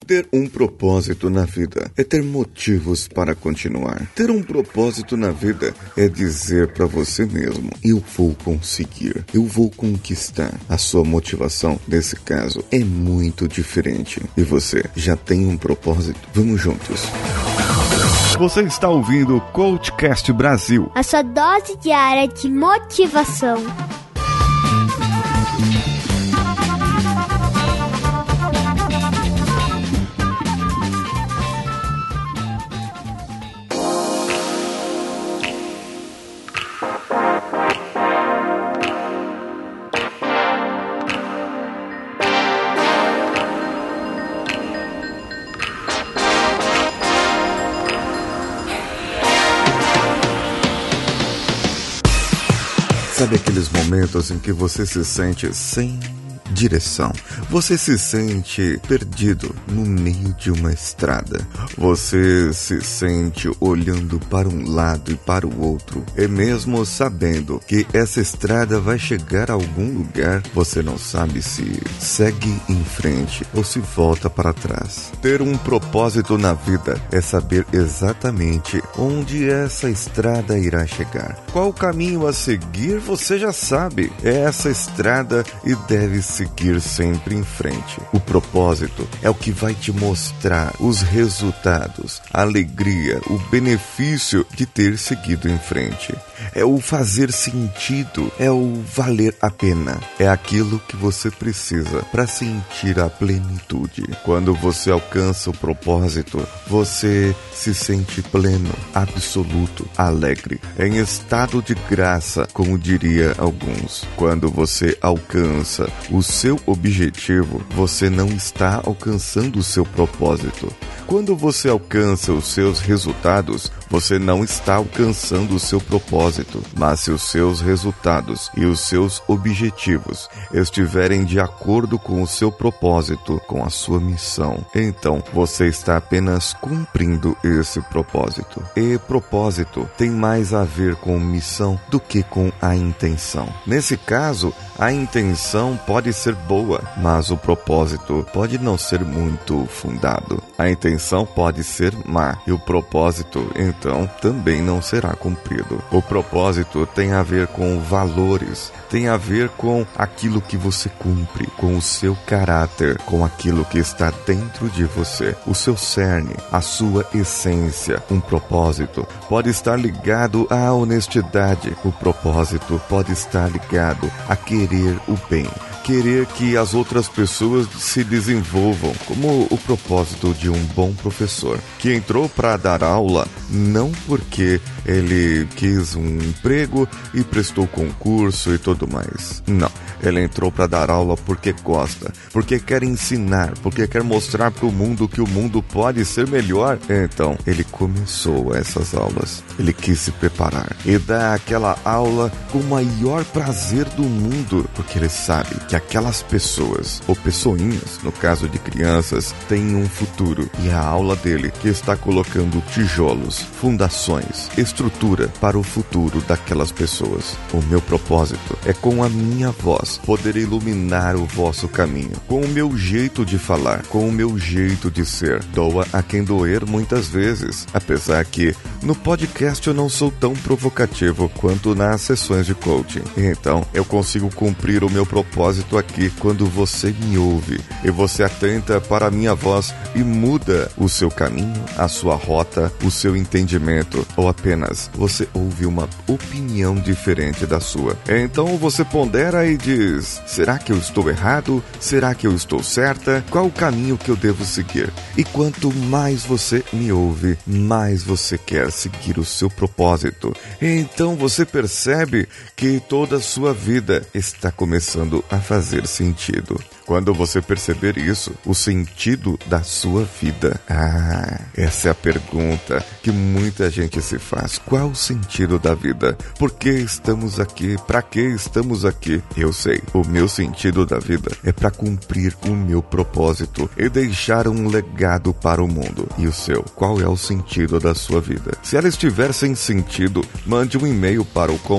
Ter um propósito na vida é ter motivos para continuar. Ter um propósito na vida é dizer para você mesmo: eu vou conseguir, eu vou conquistar. A sua motivação, nesse caso, é muito diferente. E você já tem um propósito? Vamos juntos. Você está ouvindo o Coachcast Brasil, a sua dose diária de motivação. Sabe aqueles momentos em que você se sente sem direção? Você se sente perdido no meio de uma estrada. Você se sente olhando para um lado e para o outro. E mesmo sabendo que essa estrada vai chegar a algum lugar, você não sabe se segue em frente ou se volta para trás. Ter um propósito na vida é saber exatamente onde essa estrada irá chegar. Qual caminho a seguir, você já sabe. É essa estrada e deve seguir sempre em frente. O propósito é o que vai te mostrar os resultados, a alegria, o benefício de ter seguido em frente. É o fazer sentido, é o valer a pena. É aquilo que você precisa para sentir a plenitude. Quando você alcança o propósito, você se sente pleno, absoluto, alegre, em estado de graça, como diria alguns. Quando você alcança o seu objetivo, você não está alcançando o seu propósito. Quando você alcança os seus resultados, você não está alcançando o seu propósito. Mas se os seus resultados e os seus objetivos estiverem de acordo com o seu propósito, com a sua missão, então você está apenas cumprindo esse propósito. E propósito tem mais a ver com missão do que com a intenção. Nesse caso, a intenção pode ser boa, mas o propósito pode não ser muito fundado. A intenção pode ser má e o propósito, então, também não será cumprido. O propósito tem a ver com valores, tem a ver com aquilo que você cumpre, com o seu caráter, com aquilo que está dentro de você, o seu cerne, a sua essência. Um propósito pode estar ligado à honestidade. O propósito pode estar ligado a querer o bem, querer que as outras pessoas se desenvolvam, como o propósito de um bom professor, que entrou para dar aula não porque ele quis um emprego e prestou concurso e tudo mais. Não, ele entrou para dar aula porque gosta, porque quer ensinar, porque quer mostrar para o mundo que o mundo pode ser melhor. Então, ele começou essas aulas. Ele quis se preparar e dar aquela aula com o maior prazer do mundo, porque ele sabe que aquelas pessoas, ou pessoinhas, no caso de crianças, têm um futuro. E a aula dele que está colocando tijolos, fundações, estrutura para o futuro daquelas pessoas. O meu propósito é, com a minha voz, poder iluminar o vosso caminho, com o meu jeito de falar, com o meu jeito de ser. Doa a quem doer muitas vezes, apesar que no podcast eu não sou tão provocativo quanto nas sessões de coaching. Então, eu consigo cumprir o meu propósito aqui quando você me ouve e você atenta para a minha voz e muda o seu caminho, a sua rota, o seu entendimento, ou apenas você ouve uma opinião diferente da sua. Então você pondera e diz: será que eu estou errado? Será que eu estou certa? Qual o caminho que eu devo seguir? E quanto mais você me ouve, mais você quer seguir o seu propósito. Então você percebe que toda a sua vida está começando a fazer sentido. Quando você perceber isso, o sentido da sua vida. Essa é a pergunta que muita gente se faz. Qual o sentido da vida? Por que estamos aqui? Para que estamos aqui? Eu sei, o meu sentido da vida é para cumprir o meu propósito e deixar um legado para o mundo. E o seu? Qual é o sentido da sua vida? Se ela estiver sem sentido, mande um e-mail para o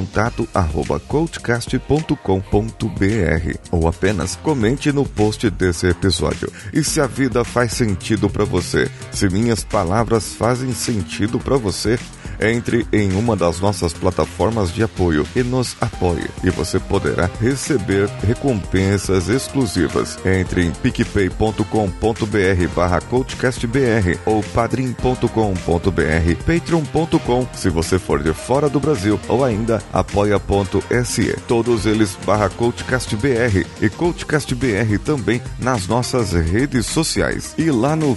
contato@coachcast.com.br ou apenas comente no post desse episódio. E se a vida faz sentido para você? Se minhas palavras fazem sentido para você? Entre em uma das nossas plataformas de apoio e nos apoie, e você poderá receber recompensas exclusivas. Entre em picpay.com.br/coachcastbr ou padrim.com.br, patreon.com se você for de fora do Brasil, ou ainda apoia.se, todos eles /coachcastbr e coachcastbr também nas nossas redes sociais. E lá no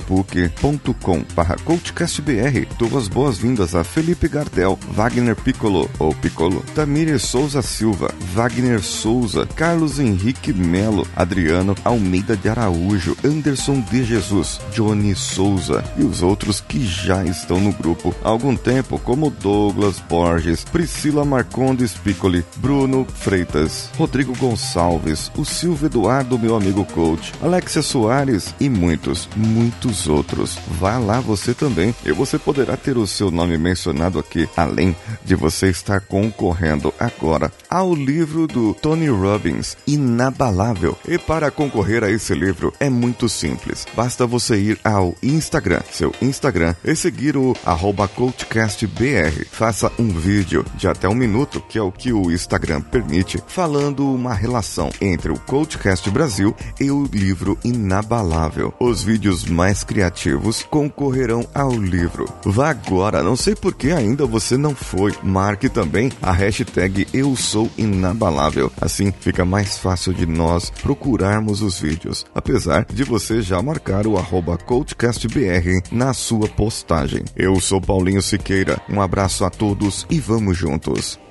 facebook.com/coachcastbr, duas boas-vindas a Felipe Gardel, Wagner Piccolo ou Piccolo, Tamire Souza Silva, Wagner Souza, Carlos Henrique Melo, Adriano Almeida de Araújo, Anderson de Jesus, Johnny Souza e os outros que já estão no grupo há algum tempo, como Douglas Borges, Priscila Marcondes Piccoli, Bruno Freitas, Rodrigo Gonçalves, o Silvio Eduardo, meu amigo coach, Alexia Soares e muitos outros. Vá lá você também e você poderá ter o seu nome mencionado aqui, além de você estar concorrendo agora ao livro do Tony Robbins, Inabalável. E para concorrer a esse livro é muito simples, basta você ir ao Instagram, seu Instagram, e seguir o @coachcastbr. Faça um vídeo de até 1 minuto, que é o que o Instagram permite, falando uma relação entre o Coachcast Brasil e o livro Inabalável. Os vídeos mais criativos concorrerão ao livro. Vá agora, não sei por que ainda você não foi. Marque também a hashtag Eu Sou Inabalável. Assim fica mais fácil de nós procurarmos os vídeos, apesar de você já marcar o @coachcastbr na sua postagem. Eu sou Paulinho Siqueira. Um abraço a todos e vamos juntos.